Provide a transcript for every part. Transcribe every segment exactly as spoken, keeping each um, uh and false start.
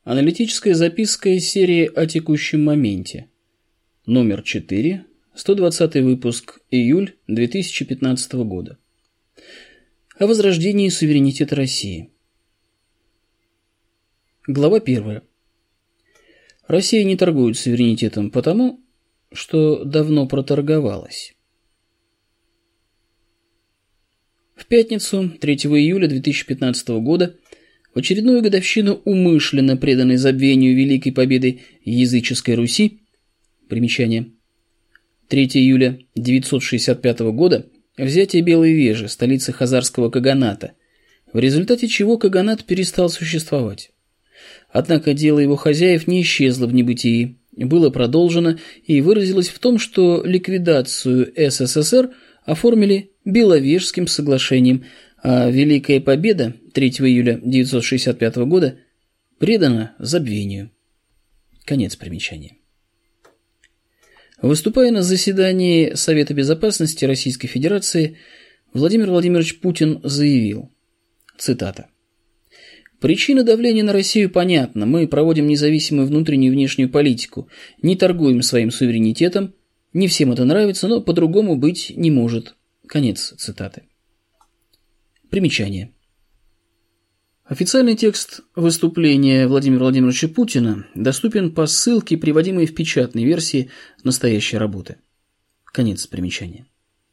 Аналитическая записка из серии «О текущем моменте». Номер четыре, сто двадцатый выпуск, июль две тысячи пятнадцатого года. О возрождении суверенитета России. Глава первая. Россия не торгует суверенитетом потому, что давно проторговалась. В пятницу, третьего июля две тысячи пятнадцатого года, в очередную годовщину умышленно преданной забвению Великой Победы языческой Руси, примечание, третьего июля девятьсот шестьдесят пятого года, взятие Белой Вежи, столицы хазарского каганата, в результате чего каганат перестал существовать. Однако дело его хозяев не исчезло в небытии, было продолжено и выразилось в том, что ликвидацию СССР оформили Беловежским соглашением, а Великая Победа третьего июля девятьсот шестьдесят пятого года предана забвению. Конец примечания. Выступая на заседании Совета Безопасности Российской Федерации, Владимир Владимирович Путин заявил, цитата: «Причина давления на Россию понятна. Мы проводим независимую внутреннюю и внешнюю политику, не торгуем своим суверенитетом. Не всем это нравится, но по-другому быть не может». Конец цитаты. Примечание. Официальный текст выступления Владимира Владимировича Путина доступен по ссылке, приводимой в печатной версии настоящей работы. Конец примечания.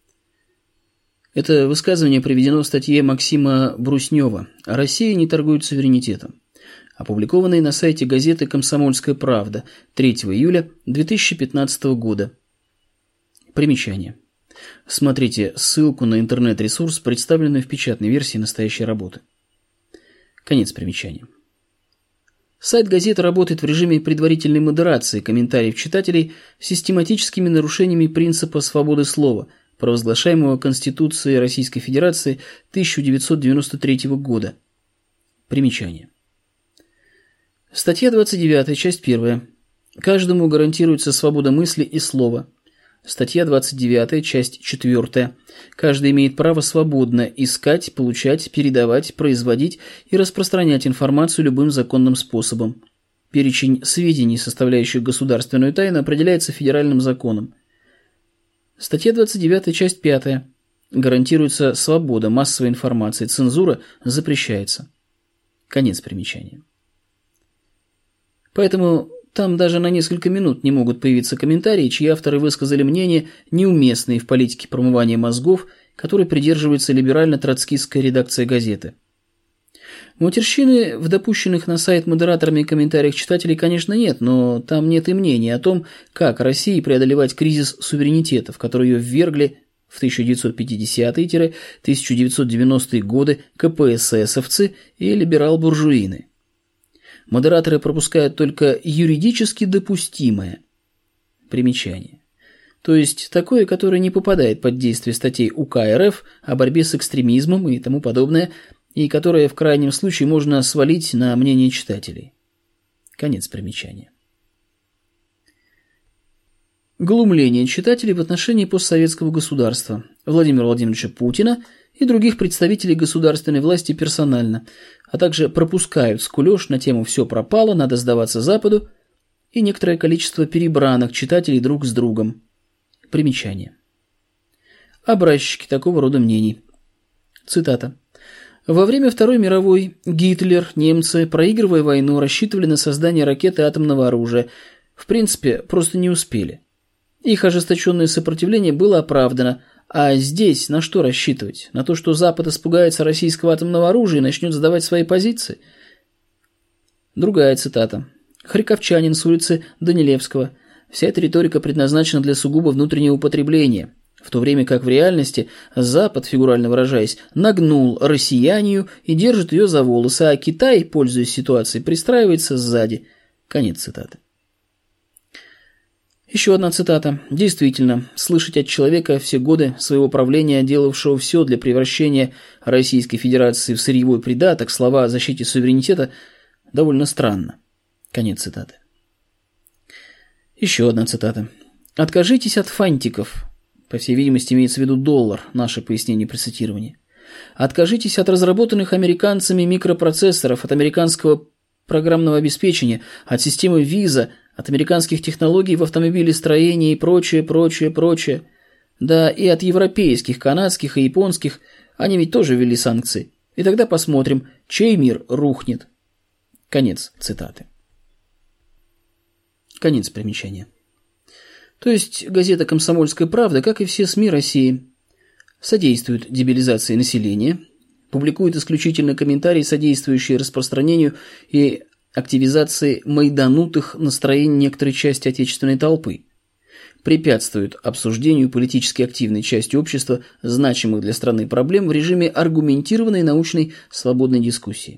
Это высказывание приведено в статье Максима Бруснева «Россия не торгует суверенитетом», опубликованной на сайте газеты «Комсомольская правда» третьего июля две тысячи пятнадцатого года. Примечание. Смотрите ссылку на интернет-ресурс, представленную в печатной версии настоящей работы. Конец примечания. Сайт газеты работает в режиме предварительной модерации комментариев читателей с систематическими нарушениями принципа свободы слова, провозглашаемого Конституцией Российской Федерации тысяча девятьсот девяносто третьего года. Примечание. Статья двадцать девятая, часть первая. Каждому гарантируется свобода мысли и слова. Статья двадцать девятая, часть четвёртая. Каждый имеет право свободно искать, получать, передавать, производить и распространять информацию любым законным способом. Перечень сведений, составляющих государственную тайну, определяется федеральным законом. Статья двадцать девятая, часть пятая. Гарантируется свобода массовой информации, цензура запрещается. Конец примечания. Поэтому там даже на несколько минут не могут появиться комментарии, чьи авторы высказали мнения, неуместные в политике промывания мозгов, которой придерживается либерально-троцкистская редакция газеты. Матерщины в допущенных на сайт модераторами комментариях читателей, конечно, нет, но там нет и мнений о том, как России преодолевать кризис суверенитета, в который ее ввергли в тысяча девятьсот пятидесятые — тысяча девятьсот девяностые годы КПССовцы и либерал-буржуины. Модераторы пропускают только юридически допустимое. Примечание. То есть такое, которое не попадает под действие статей УК РФ о борьбе с экстремизмом и тому подобное, и которое в крайнем случае можно свалить на мнение читателей. Конец примечания. Глумление читателей в отношении постсоветского государства, Владимира Владимировича Путина и других представителей государственной власти персонально, а также пропускают скулёж на тему «все пропало, надо сдаваться Западу» и некоторое количество перебранок читателей друг с другом. Примечание. Образчики такого рода мнений. Цитата. «Во время Второй мировой Гитлер, немцы, проигрывая войну, рассчитывали на создание ракеты атомного оружия. В принципе, просто не успели. Их ожесточенное сопротивление было оправдано. А здесь на что рассчитывать? На то, что Запад испугается российского атомного оружия и начнет сдавать свои позиции?» Другая цитата. Харьковчанин с улицы Данилевского. «Вся эта риторика предназначена для сугубо внутреннего употребления, в то время как в реальности Запад, фигурально выражаясь, нагнул россиянию и держит ее за волосы, а Китай, пользуясь ситуацией, пристраивается сзади». Конец цитаты. Еще одна цитата. «Действительно, слышать от человека все годы своего правления, делавшего все для превращения Российской Федерации в сырьевой придаток, слова о защите суверенитета довольно странно». Конец цитаты. Еще одна цитата. «Откажитесь от фантиков». По всей видимости, имеется в виду доллар, наше пояснение при цитировании. «Откажитесь от разработанных американцами микропроцессоров, от американского программного обеспечения, от системы виза, от американских технологий в автомобилестроении и прочее, прочее, прочее. Да и от европейских, канадских и японских, они ведь тоже ввели санкции. И тогда посмотрим, чей мир рухнет. Конец цитаты. Конец примечания. То есть газета «Комсомольская правда», как и все СМИ России, содействует дебилизации населения, публикует исключительно комментарии, содействующие распространению и активизации майданутых настроений некоторой части отечественной толпы, препятствует обсуждению политически активной части общества значимых для страны проблем в режиме аргументированной научной свободной дискуссии.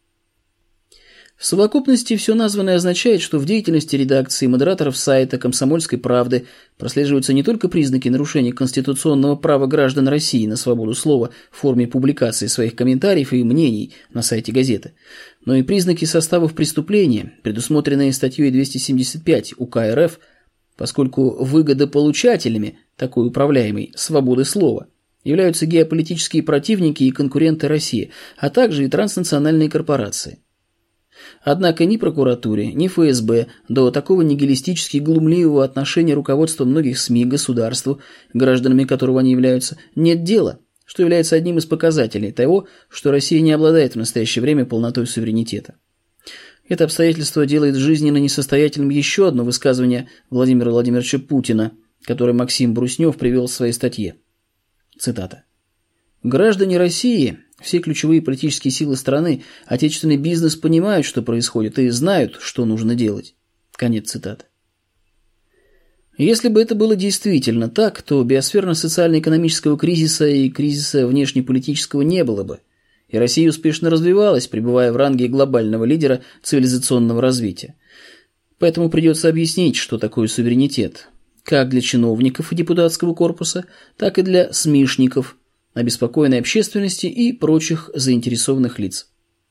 В совокупности все названное означает, что в деятельности редакции и модераторов сайта «Комсомольской правды» прослеживаются не только признаки нарушения конституционного права граждан России на свободу слова в форме публикации своих комментариев и мнений на сайте газеты, но и признаки составов преступления, предусмотренные статьей двести семьдесят пять УК РФ, поскольку выгодополучателями такой управляемой свободы слова являются геополитические противники и конкуренты России, а также и транснациональные корпорации. Однако ни прокуратуре, ни эф эс бэ до такого нигилистически глумливого отношения руководства многих СМИ к государству, гражданами которого они являются, нет дела, что является одним из показателей того, что Россия не обладает в настоящее время полнотой суверенитета. Это обстоятельство делает жизненно несостоятельным еще одно высказывание Владимира Владимировича Путина, которое Максим Бруснев привел в своей статье. Цитата. «Граждане России, все ключевые политические силы страны, отечественный бизнес понимают, что происходит, и знают, что нужно делать». Конец цитаты. Если бы это было действительно так, то биосферно-социально-экономического кризиса и кризиса внешнеполитического не было бы, и Россия успешно развивалась, пребывая в ранге глобального лидера цивилизационного развития. Поэтому придется объяснить, что такое суверенитет, как для чиновников и депутатского корпуса, так и для СМИшников, обеспокоенной общественности и прочих заинтересованных лиц.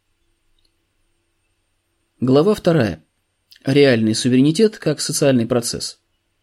Глава вторая. Реальный суверенитет как социальный процесс.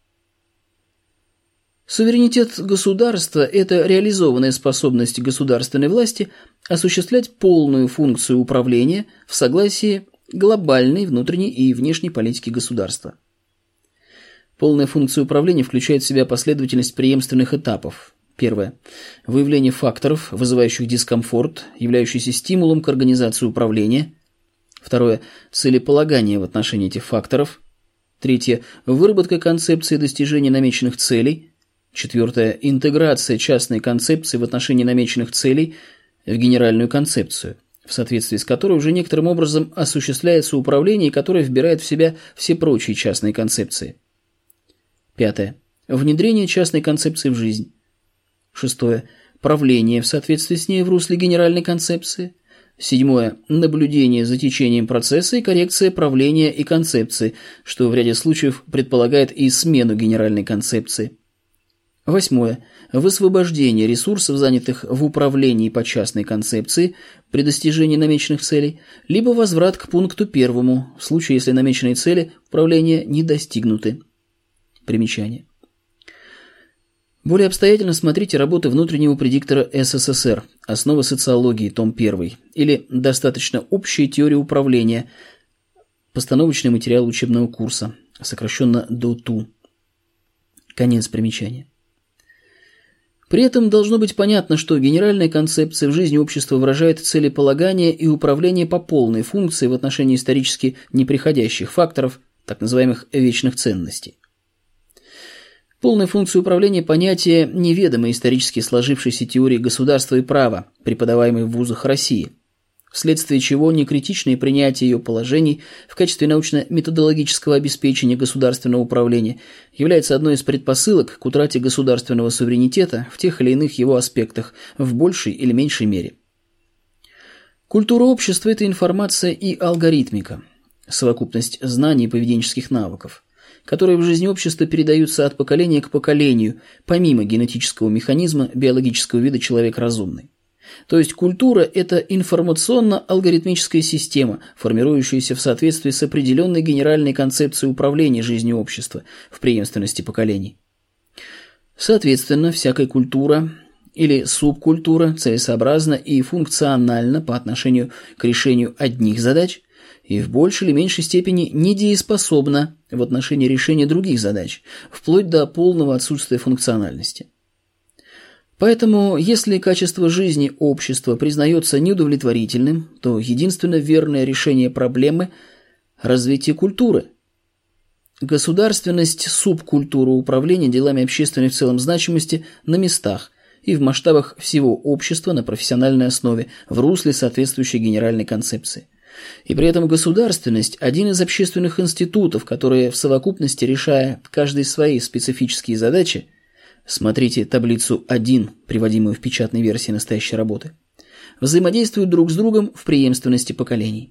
Суверенитет государства – это реализованная способность государственной власти осуществлять полную функцию управления в согласии глобальной внутренней и внешней политики государства. Полная функция управления включает в себя последовательность преемственных этапов. Первое. Выявление факторов, вызывающих дискомфорт, являющийся стимулом к организации управления. Второе. Целеполагание в отношении этих факторов. Третье. Выработка концепции достижения намеченных целей. Четвертое. Интеграция частной концепции в отношении намеченных целей в генеральную концепцию, в соответствии с которой уже некоторым образом осуществляется управление, которое вбирает в себя все прочие частные концепции. Пятое. Внедрение частной концепции в жизнь. Шестое. Правление в соответствии с ней в русле генеральной концепции. Седьмое. Наблюдение за течением процесса и коррекция правления и концепции, что в ряде случаев предполагает и смену генеральной концепции. Восьмое. Высвобождение ресурсов, занятых в управлении по частной концепции при достижении намеченных целей, либо возврат к пункту первому, в случае, если намеченные цели управления не достигнуты. Примечание. Более обстоятельно смотрите работы внутреннего предиктора эс эс эс эр «Основы социологии», том первый, или «Достаточно общая теория управления», постановочный материал учебного курса, сокращенно ДОТУ. Конец примечания. При этом должно быть понятно, что генеральная концепция в жизни общества выражает целеполагание и управление по полной функции в отношении исторически неприходящих факторов, так называемых вечных ценностей. Полная функция управления – понятие неведомой исторически сложившейся теории государства и права, преподаваемой в вузах России, вследствие чего некритичное принятие ее положений в качестве научно-методологического обеспечения государственного управления является одной из предпосылок к утрате государственного суверенитета в тех или иных его аспектах в большей или меньшей мере. Культура общества – это информация и алгоритмика, совокупность знаний и поведенческих навыков, которые в жизни общества передаются от поколения к поколению, помимо генетического механизма биологического вида человек разумный. То есть культура – это информационно-алгоритмическая система, формирующаяся в соответствии с определенной генеральной концепцией управления жизнью общества в преемственности поколений. Соответственно, всякая культура или субкультура целесообразна и функциональна по отношению к решению одних задач и в большей или меньшей степени недееспособна в отношении решения других задач, вплоть до полного отсутствия функциональности. Поэтому, если качество жизни общества признается неудовлетворительным, то единственно верное решение проблемы – развитие культуры. Государственность – субкультура управления делами общественной в целом значимости на местах и в масштабах всего общества на профессиональной основе в русле соответствующей генеральной концепции. И при этом государственность – один из общественных институтов, которые в совокупности, решая каждый свои специфические задачи, смотрите таблицу один, приводимую в печатной версии настоящей работы, взаимодействуют друг с другом в преемственности поколений.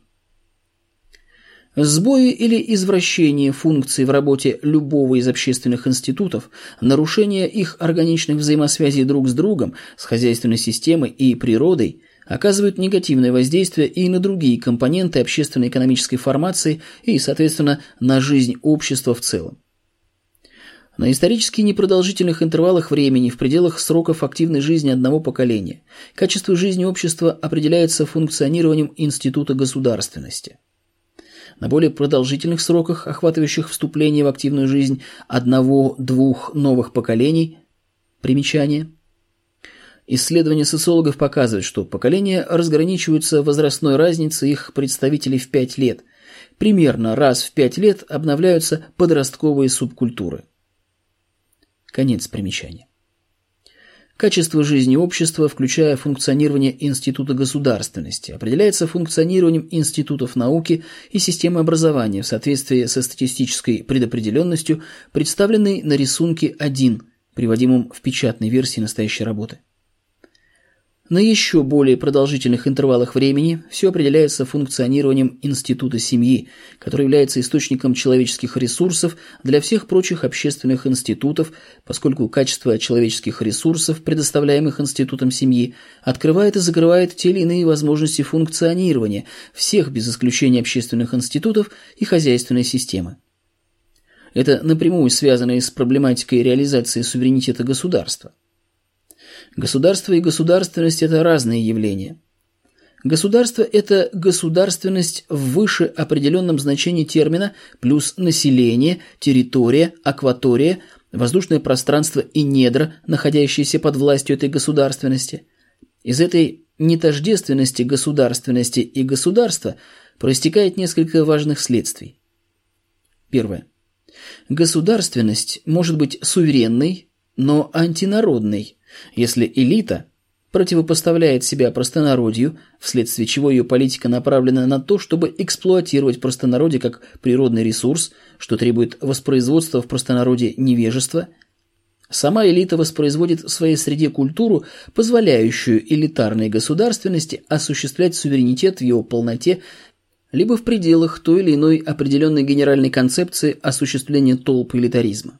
Сбои или извращение функций в работе любого из общественных институтов, нарушение их органичных взаимосвязей друг с другом, с хозяйственной системой и природой оказывают негативное воздействие и на другие компоненты общественно-экономической формации и, соответственно, на жизнь общества в целом. На исторически непродолжительных интервалах времени в пределах сроков активной жизни одного поколения качество жизни общества определяется функционированием института государственности. На более продолжительных сроках, охватывающих вступление в активную жизнь одного-двух новых поколений, примечание. Исследования социологов показывают, что поколения разграничиваются возрастной разницей их представителей в пять лет. Примерно раз в пять лет обновляются подростковые субкультуры. Конец примечания. Качество жизни общества, включая функционирование института государственности, определяется функционированием институтов науки и системы образования в соответствии со статистической предопределенностью, представленной на рисунке один, приводимом в печатной версии настоящей работы. На еще более продолжительных интервалах времени все определяется функционированием института семьи, который является источником человеческих ресурсов для всех прочих общественных институтов, поскольку качество человеческих ресурсов, предоставляемых институтом семьи, открывает и закрывает те или иные возможности функционирования всех без исключения общественных институтов и хозяйственной системы. Это напрямую связано и с проблематикой реализации суверенитета государства. Государство и государственность – это разные явления. Государство – это государственность в выше определенном значении термина плюс население, территория, акватория, воздушное пространство и недра, находящиеся под властью этой государственности. Из этой нетождественности государственности и государства проистекает несколько важных следствий. Первое. Государственность может быть суверенной, но антинародной, если элита противопоставляет себя простонародью, вследствие чего ее политика направлена на то, чтобы эксплуатировать простонародье как природный ресурс, что требует воспроизводства в простонародье невежества. Сама элита воспроизводит в своей среде культуру, позволяющую элитарной государственности осуществлять суверенитет в его полноте, либо в пределах той или иной определенной генеральной концепции осуществления толп элитаризма.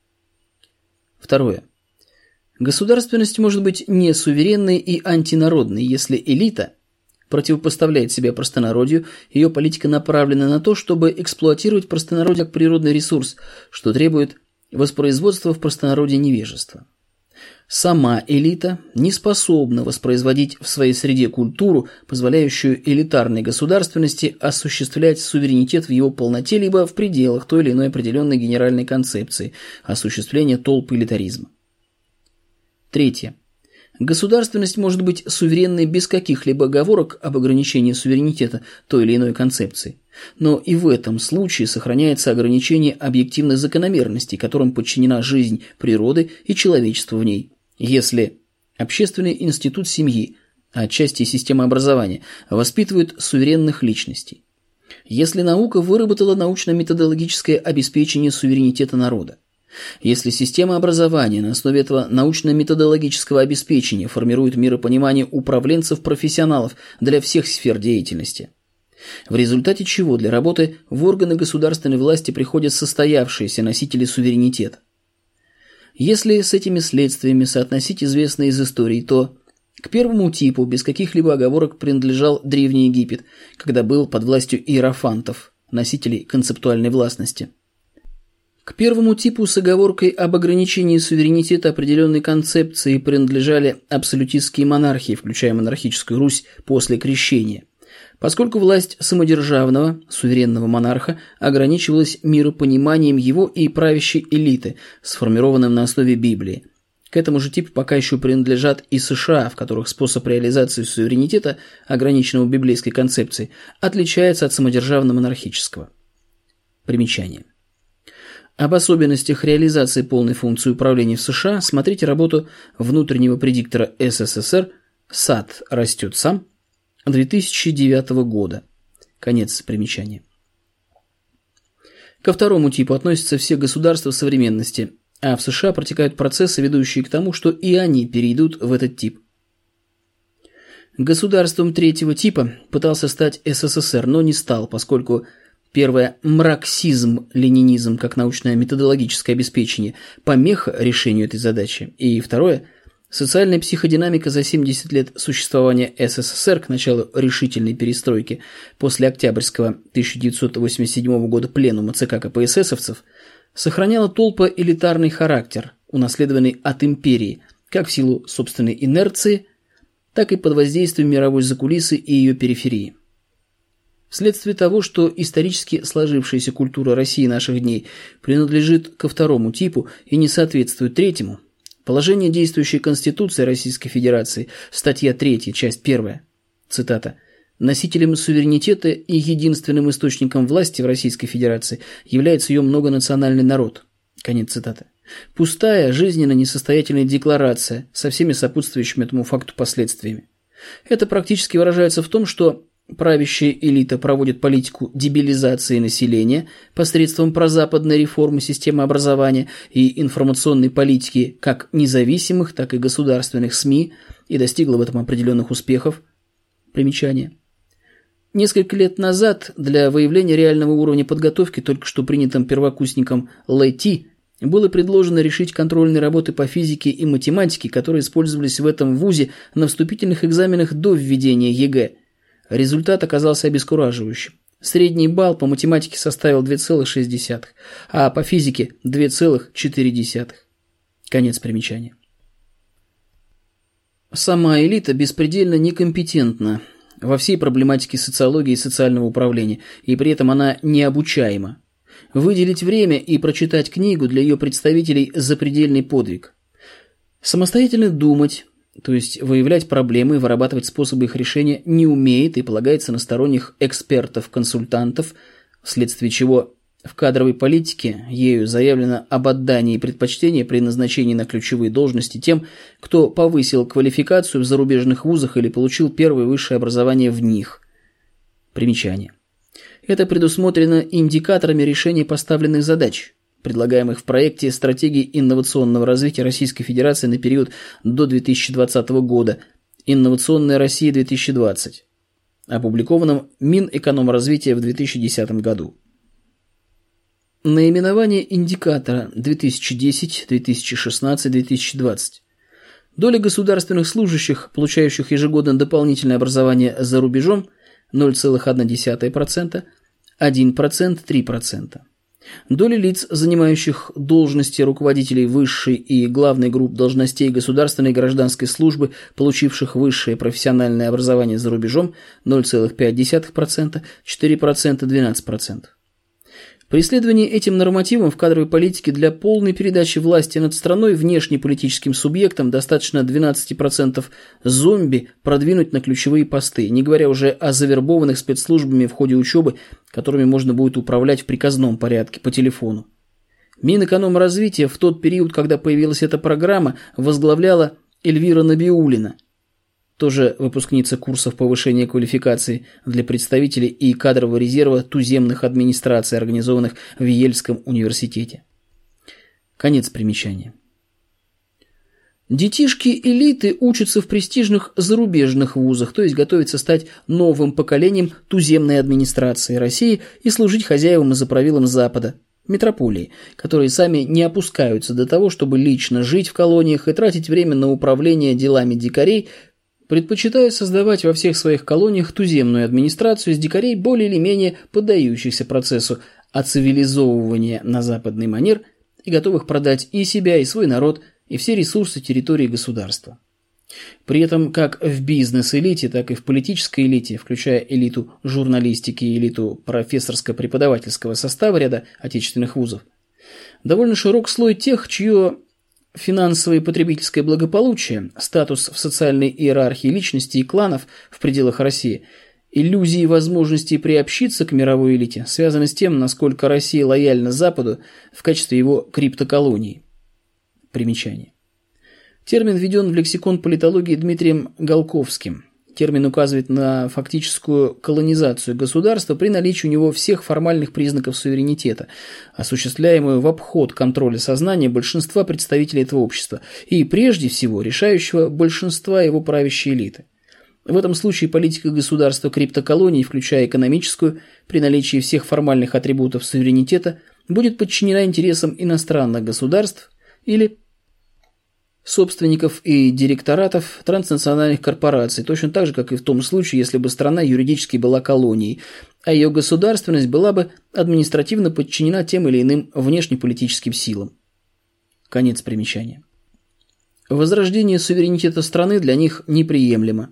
Второе. Государственность может быть не суверенной и антинародной, если элита противопоставляет себя простонародью, ее политика направлена на то, чтобы эксплуатировать простонародье как природный ресурс, что требует воспроизводства в простонародье невежества. Сама элита не способна воспроизводить в своей среде культуру, позволяющую элитарной государственности осуществлять суверенитет в его полноте либо в пределах той или иной определенной генеральной концепции осуществления толп элитаризма. Третье. Государственность может быть суверенной без каких-либо оговорок об ограничении суверенитета той или иной концепции. Но и в этом случае сохраняется ограничение объективных закономерностей, которым подчинена жизнь природы и человечества в ней. Если общественный институт семьи, а отчасти система образования, воспитывает суверенных личностей. Если наука выработала научно-методологическое обеспечение суверенитета народа. Если система образования на основе этого научно-методологического обеспечения формирует миропонимание управленцев-профессионалов для всех сфер деятельности, в результате чего для работы в органы государственной власти приходят состоявшиеся носители суверенитета. Если с этими следствиями соотносить известные из истории, то к первому типу без каких-либо оговорок принадлежал Древний Египет, когда был под властью иерофантов, носителей концептуальной властности. К первому типу с оговоркой об ограничении суверенитета определенной концепции принадлежали абсолютистские монархии, включая монархическую Русь после Крещения. поскольку власть самодержавного, суверенного монарха ограничивалась миропониманием его и правящей элиты, сформированным на основе Библии. К этому же типу пока еще принадлежат и США, в которых способ реализации суверенитета, ограниченного библейской концепцией, отличается от самодержавно-монархического. Примечание. Об особенностях реализации полной функции управления в США смотрите работу внутреннего предиктора СССР «Сад растет сам» две тысячи девятого года. Конец примечания. Ко второму типу относятся все государства современности, а в США протекают процессы, ведущие к тому, что и они перейдут в этот тип. Государством третьего типа пытался стать СССР, но не стал, поскольку первое – марксизм-ленинизм как научное методологическое обеспечение – помеха решению этой задачи, и второе – социальная психодинамика за семьдесят лет существования СССР к началу решительной перестройки после Октябрьского тысяча девятьсот восемьдесят седьмого года пленума ЦК КПССовцев сохраняла толпоэлитарный характер, унаследованный от империи, как в силу собственной инерции, так и под воздействием мировой закулисы и ее периферии. Вследствие того, что исторически сложившаяся культура России наших дней принадлежит ко второму типу и не соответствует третьему, положение действующей Конституции Российской Федерации, статья третья, часть первая, цитата, «Носителем суверенитета и единственным источником власти в Российской Федерации является ее многонациональный народ». Конец цитаты. Пустая, жизненно несостоятельная декларация со всеми сопутствующими этому факту последствиями. Это практически выражается в том, что правящая элита проводит политику дебилизации населения посредством прозападной реформы системы образования и информационной политики как независимых, так и государственных СМИ и достигла в этом определенных успехов. Примечание. Несколько лет назад для выявления реального уровня подготовки только что принятым первокурсникам ЛЭТИ было предложено решить контрольные работы по физике и математике, которые использовались в этом вузе на вступительных экзаменах до введения ЕГЭ. Результат оказался обескураживающим. Средний балл по математике составил две целых шесть десятых, а по физике – две целых четыре десятых. Конец примечания. Сама элита беспредельно некомпетентна во всей проблематике социологии и социального управления, и при этом она необучаема. Выделить время и прочитать книгу для ее представителей – запредельный подвиг. Самостоятельно думать, то есть выявлять проблемы и вырабатывать способы их решения, не умеет и полагается на сторонних экспертов-консультантов, вследствие чего в кадровой политике ею заявлено об отдании предпочтения при назначении на ключевые должности тем, кто повысил квалификацию в зарубежных вузах или получил первое высшее образование в них. Примечание. Это предусмотрено индикаторами решения поставленных задач, предлагаемых в проекте «Стратегии инновационного развития Российской Федерации на период до две тысячи двадцатого года. Инновационная Россия две тысячи двадцать», опубликованном Минэкономразвития в две тысячи десятом году. Наименование индикатора две тысячи десять, две тысячи шестнадцать, две тысячи двадцать. Доля государственных служащих, получающих ежегодно дополнительное образование за рубежом – ноль целых одна десятая процента, один процент – три процента. Доля лиц, занимающих должности руководителей высшей и главной групп должностей государственной и гражданской службы, получивших высшее профессиональное образование за рубежом – ноль целых пять десятых процента, четыре процента – двенадцать процентов. При исследовании этим нормативом в кадровой политике для полной передачи власти над страной внешнеполитическим субъектам достаточно двенадцать процентов зомби продвинуть на ключевые посты, не говоря уже о завербованных спецслужбами в ходе учебы, которыми можно будет управлять в приказном порядке по телефону. Минэкономразвития в тот период, когда появилась эта программа, возглавляла Эльвира Набиуллина, тоже выпускница курсов повышения квалификации для представителей и кадрового резерва туземных администраций, организованных в Ельском университете. Конец примечания. Детишки элиты учатся в престижных зарубежных вузах, то есть готовятся стать новым поколением туземной администрации России и служить хозяевам и заправилам Запада, метрополии, которые сами не опускаются до того, чтобы лично жить в колониях и тратить время на управление делами дикарей, предпочитая создавать во всех своих колониях туземную администрацию из дикарей, более или менее поддающихся процессу оцивилизовывания на западный манер и готовых продать и себя, и свой народ, и все ресурсы территории государства. При этом как в бизнес-элите, так и в политической элите, включая элиту журналистики и элиту профессорско-преподавательского состава ряда отечественных вузов, довольно широк слой тех, чье финансовое и потребительское благополучие, статус в социальной иерархии личностей и кланов в пределах России, иллюзии возможности приобщиться к мировой элите связаны с тем, насколько Россия лояльна Западу в качестве его криптоколонии. Примечание. Термин введен в лексикон политологии Дмитрием Голковским. Термин указывает на фактическую колонизацию государства при наличии у него всех формальных признаков суверенитета, осуществляемую в обход контроля сознания большинства представителей этого общества и, прежде всего, решающего большинства его правящей элиты. В этом случае политика государства криптоколоний, включая экономическую, при наличии всех формальных атрибутов суверенитета, будет подчинена интересам иностранных государств или собственников и директоратов транснациональных корпораций, точно так же, как и в том случае, если бы страна юридически была колонией, а ее государственность была бы административно подчинена тем или иным внешнеполитическим силам. Конец примечания. Возрождение суверенитета страны для них неприемлемо.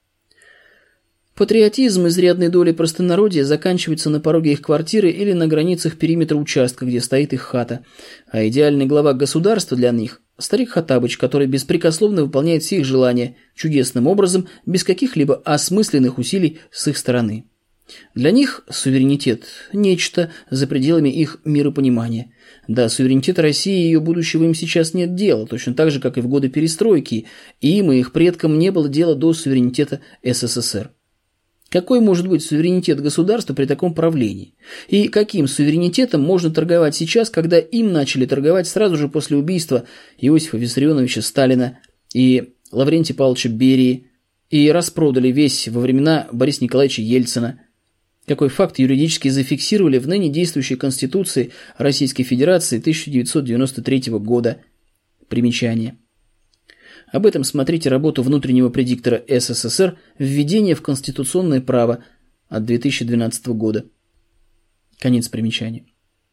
Патриотизм изрядной доли простонародья заканчивается на пороге их квартиры или на границах периметра участка, где стоит их хата, а идеальный глава государства для них – старик Хоттабыч, который беспрекословно выполняет все их желания чудесным образом, без каких-либо осмысленных усилий с их стороны. Для них суверенитет – нечто за пределами их миропонимания. До суверенитета России и ее будущего им сейчас нет дела, точно так же, как и в годы перестройки, и им и их предкам не было дела до суверенитета СССР. Какой может быть суверенитет государства при таком правлении? И каким суверенитетом можно торговать сейчас, когда им начали торговать сразу же после убийства Иосифа Виссарионовича Сталина и Лаврентия Павловича Берии и распродали весь во времена Бориса Николаевича Ельцина? Какой факт юридически зафиксировали в ныне действующей Конституции Российской Федерации тысяча девятьсот девяносто третьего года? Примечание. Об этом смотрите работу внутреннего предиктора СССР «Введение в конституционное право» от две тысячи двенадцатого года. Конец примечания.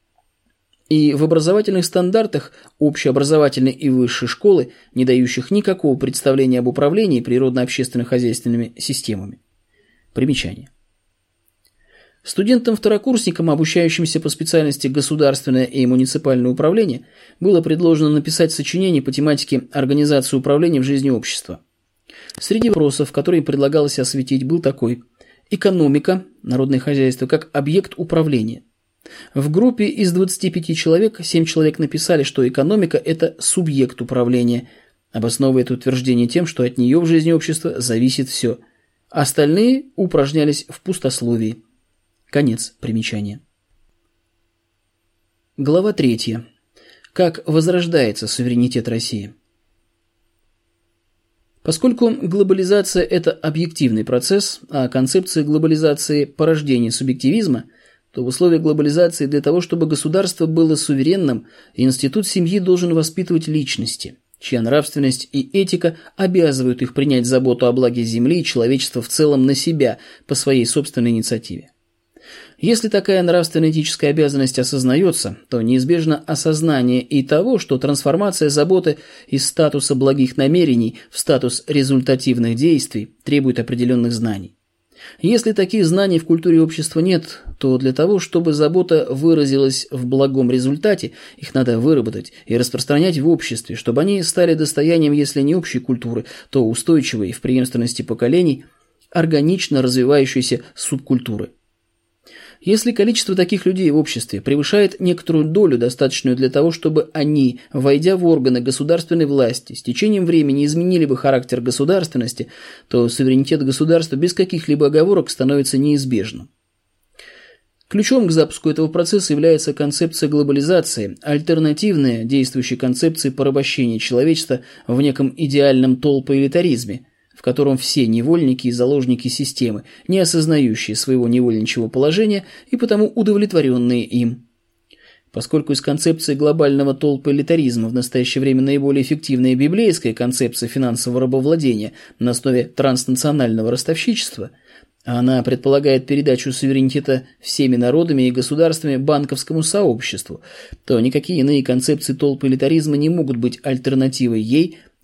И в образовательных стандартах общеобразовательной и высшей школы, не дающих никакого представления об управлении природно-общественно-хозяйственными системами. Примечание. Студентам-второкурсникам, обучающимся по специальности государственное и муниципальное управление, было предложено написать сочинение по тематике организации управления в жизни общества. Среди вопросов, которые им предлагалось осветить, был такой: экономика, народное хозяйство, как объект управления. В группе из двадцати пяти человек семь человек написали, что экономика – это субъект управления, обосновывая это утверждение тем, что от нее в жизни общества зависит все. Остальные упражнялись в пустословии. Конец примечания. Глава третья. Как возрождается суверенитет России? Поскольку глобализация – это объективный процесс, а концепция глобализации – порождение субъективизма, то в условиях глобализации для того, чтобы государство было суверенным, институт семьи должен воспитывать личности, чья нравственность и этика обязывают их принять заботу о благе Земли и человечества в целом на себя по своей собственной инициативе. Если такая нравственно-этическая обязанность осознается, то неизбежно осознание и того, что трансформация заботы из статуса благих намерений в статус результативных действий требует определенных знаний. Если таких знаний в культуре общества нет, то для того, чтобы забота выразилась в благом результате, их надо выработать и распространять в обществе, чтобы они стали достоянием, если не общей культуры, то устойчивой в преемственности поколений, органично развивающейся субкультуры. Если количество таких людей в обществе превышает некоторую долю, достаточную для того, чтобы они, войдя в органы государственной власти, с течением времени изменили бы характер государственности, то суверенитет государства без каких-либо оговорок становится неизбежным. Ключом к запуску этого процесса является концепция глобализации, альтернативная действующей концепции порабощения человечества в неком идеальном толпоэлитаризме, в котором все невольники и заложники системы, не осознающие своего невольничьего положения и потому удовлетворенные им. Поскольку из концепции глобального толпоэлитаризма в настоящее время наиболее эффективная библейская концепция финансового рабовладения на основе транснационального ростовщичества, а она предполагает передачу суверенитета всеми народами и государствами банковскому сообществу, то никакие иные концепции толпоэлитаризма не могут быть альтернативой ей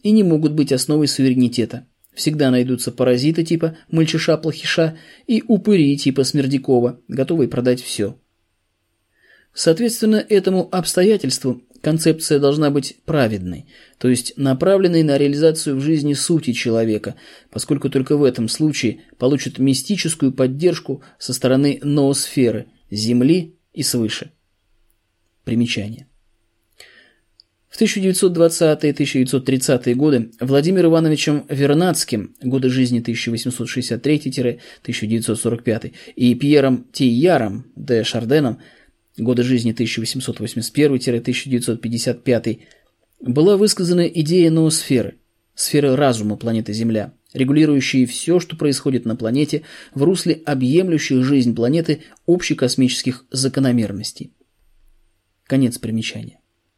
и не могут быть основой суверенитета. Всегда найдутся паразиты типа мальчиша-плохиша и упыри типа Смердякова, готовые продать все. Соответственно, этому обстоятельству концепция должна быть праведной, то есть направленной на реализацию в жизни сути человека, поскольку только в этом случае получит мистическую поддержку со стороны ноосферы, Земли и свыше. Примечание. В тысяча девятьсот двадцатые — тысяча девятьсот тридцатые годы Владимиром Ивановичем Вернадским, годы жизни тысяча восемьсот шестьдесят третий — тысяча девятьсот сорок пятый, и Пьером Тейяром де Шарденом, годы жизни тысяча восемьсот восемьдесят первый — тысяча девятьсот пятьдесят пятый, была высказана идея ноосферы, сферы разума планеты Земля, регулирующей все, что происходит на планете в русле объемлющих жизнь планеты общекосмических закономерностей. Конец примечания.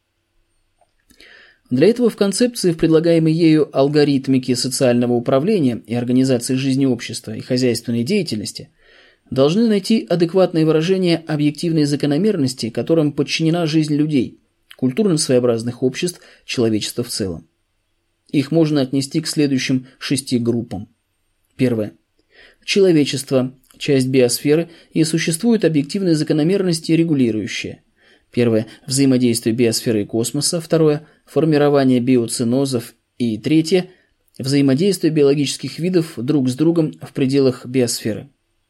Для этого в концепции, в предлагаемой ею алгоритмике социального управления и организации жизни общества и хозяйственной деятельности, должны найти адекватное выражение объективной закономерности, которым подчинена жизнь людей, культурно своеобразных обществ, человечества в целом. Их можно отнести к следующим шести группам. Первое. Человечество – часть биосферы, и существуют объективные закономерности, регулирующие. Первое – взаимодействие биосферы и космоса. Второе – формирование биоценозов. И третье – взаимодействие биологических видов друг с другом в пределах биосферы.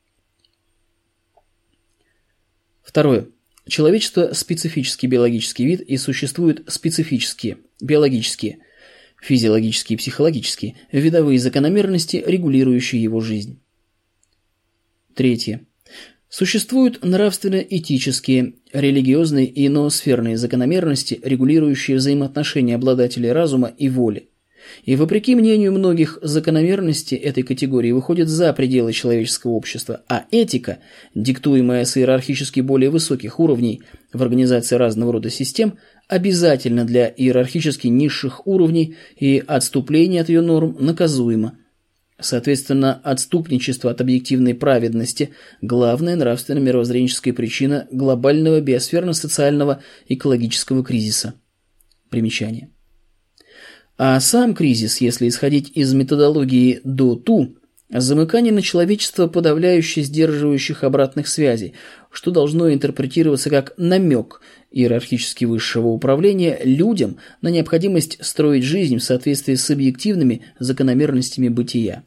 Второе. Человечество – специфический биологический вид, и существуют специфические, биологические, физиологические и психологические видовые закономерности, регулирующие его жизнь. Третье. Существуют нравственно-этические, религиозные и ноосферные закономерности, регулирующие взаимоотношения обладателей разума и воли. И вопреки мнению многих, закономерности этой категории выходят за пределы человеческого общества, а этика, диктуемая с иерархически более высоких уровней в организации разного рода систем, обязательно для иерархически низших уровней, и отступление от ее норм наказуемо. Соответственно, отступничество от объективной праведности – главная нравственно-мировоззренческая причина глобального биосферно-социального экологического кризиса. Примечание. А сам кризис, если исходить из методологии ДОТУ, замыкание на человечество подавляюще сдерживающих обратных связей, что должно интерпретироваться как намек иерархически высшего управления людям на необходимость строить жизнь в соответствии с объективными закономерностями бытия.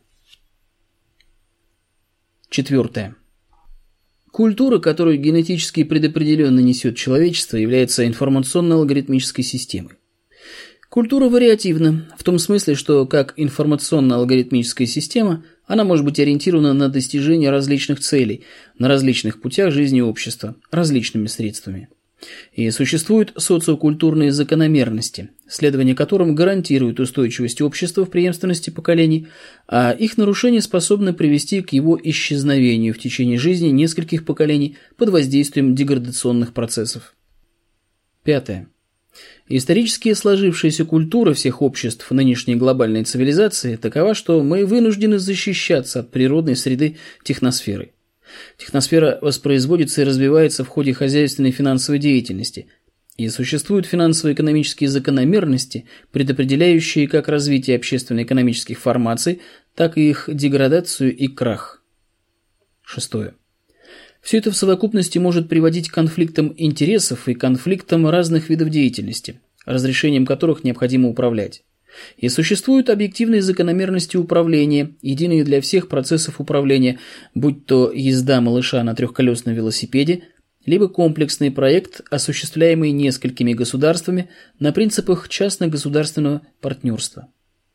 Четвертое. Культура, которую генетически предопределенно несет человечество, является информационно-алгоритмической системой. Культура вариативна, в том смысле, что как информационно-алгоритмическая система, она может быть ориентирована на достижение различных целей на различных путях жизни общества, различными средствами. И существуют социокультурные закономерности, следование которым гарантирует устойчивость общества в преемственности поколений, а их нарушение способно привести к его исчезновению в течение жизни нескольких поколений под воздействием деградационных процессов. Пятое. Исторически сложившаяся культура всех обществ нынешней глобальной цивилизации такова, что мы вынуждены защищаться от природной среды техносферы. Техносфера воспроизводится и развивается в ходе хозяйственной и финансовой деятельности, и существуют финансово-экономические закономерности, предопределяющие как развитие общественно-экономических формаций, так и их деградацию и крах. Шестое. Все это в совокупности может приводить к конфликтам интересов и конфликтам разных видов деятельности, разрешением которых необходимо управлять. И существуют объективные закономерности управления, единые для всех процессов управления, будь то езда малыша на трехколесном велосипеде, либо комплексный проект, осуществляемый несколькими государствами на принципах частно-государственного партнерства.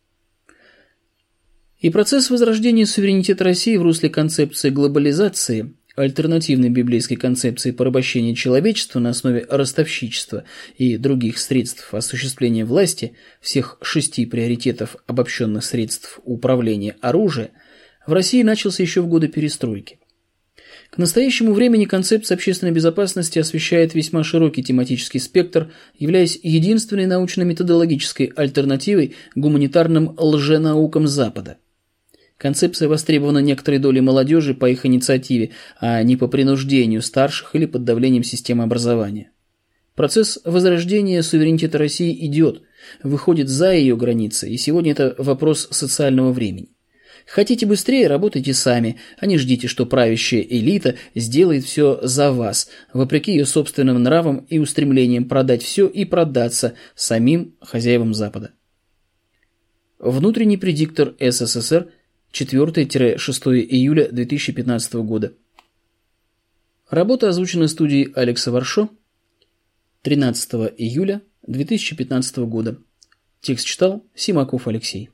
И процесс возрождения суверенитета России в русле концепции глобализации, альтернативной библейской концепции порабощения человечества на основе ростовщичества и других средств осуществления власти, всех шести приоритетов обобщенных средств управления оружия, в России начался еще в годы перестройки. К настоящему времени концепция общественной безопасности освещает весьма широкий тематический спектр, являясь единственной научно-методологической альтернативой гуманитарным лженаукам Запада. Концепция востребована некоторой долей молодежи по их инициативе, а не по принуждению старших или под давлением системы образования. Процесс возрождения суверенитета России идет, выходит за ее границы, и сегодня это вопрос социального времени. Хотите быстрее – работайте сами, а не ждите, что правящая элита сделает все за вас, вопреки ее собственным нравам и устремлениям продать все и продаться самим хозяевам Запада. Внутренний предиктор СССР, четвёртое-шестое июля две тысячи пятнадцатого года. Работа озвучена студией Алекса Варшо тринадцатого июля две тысячи пятнадцатого года. Текст читал Симаков Алексей.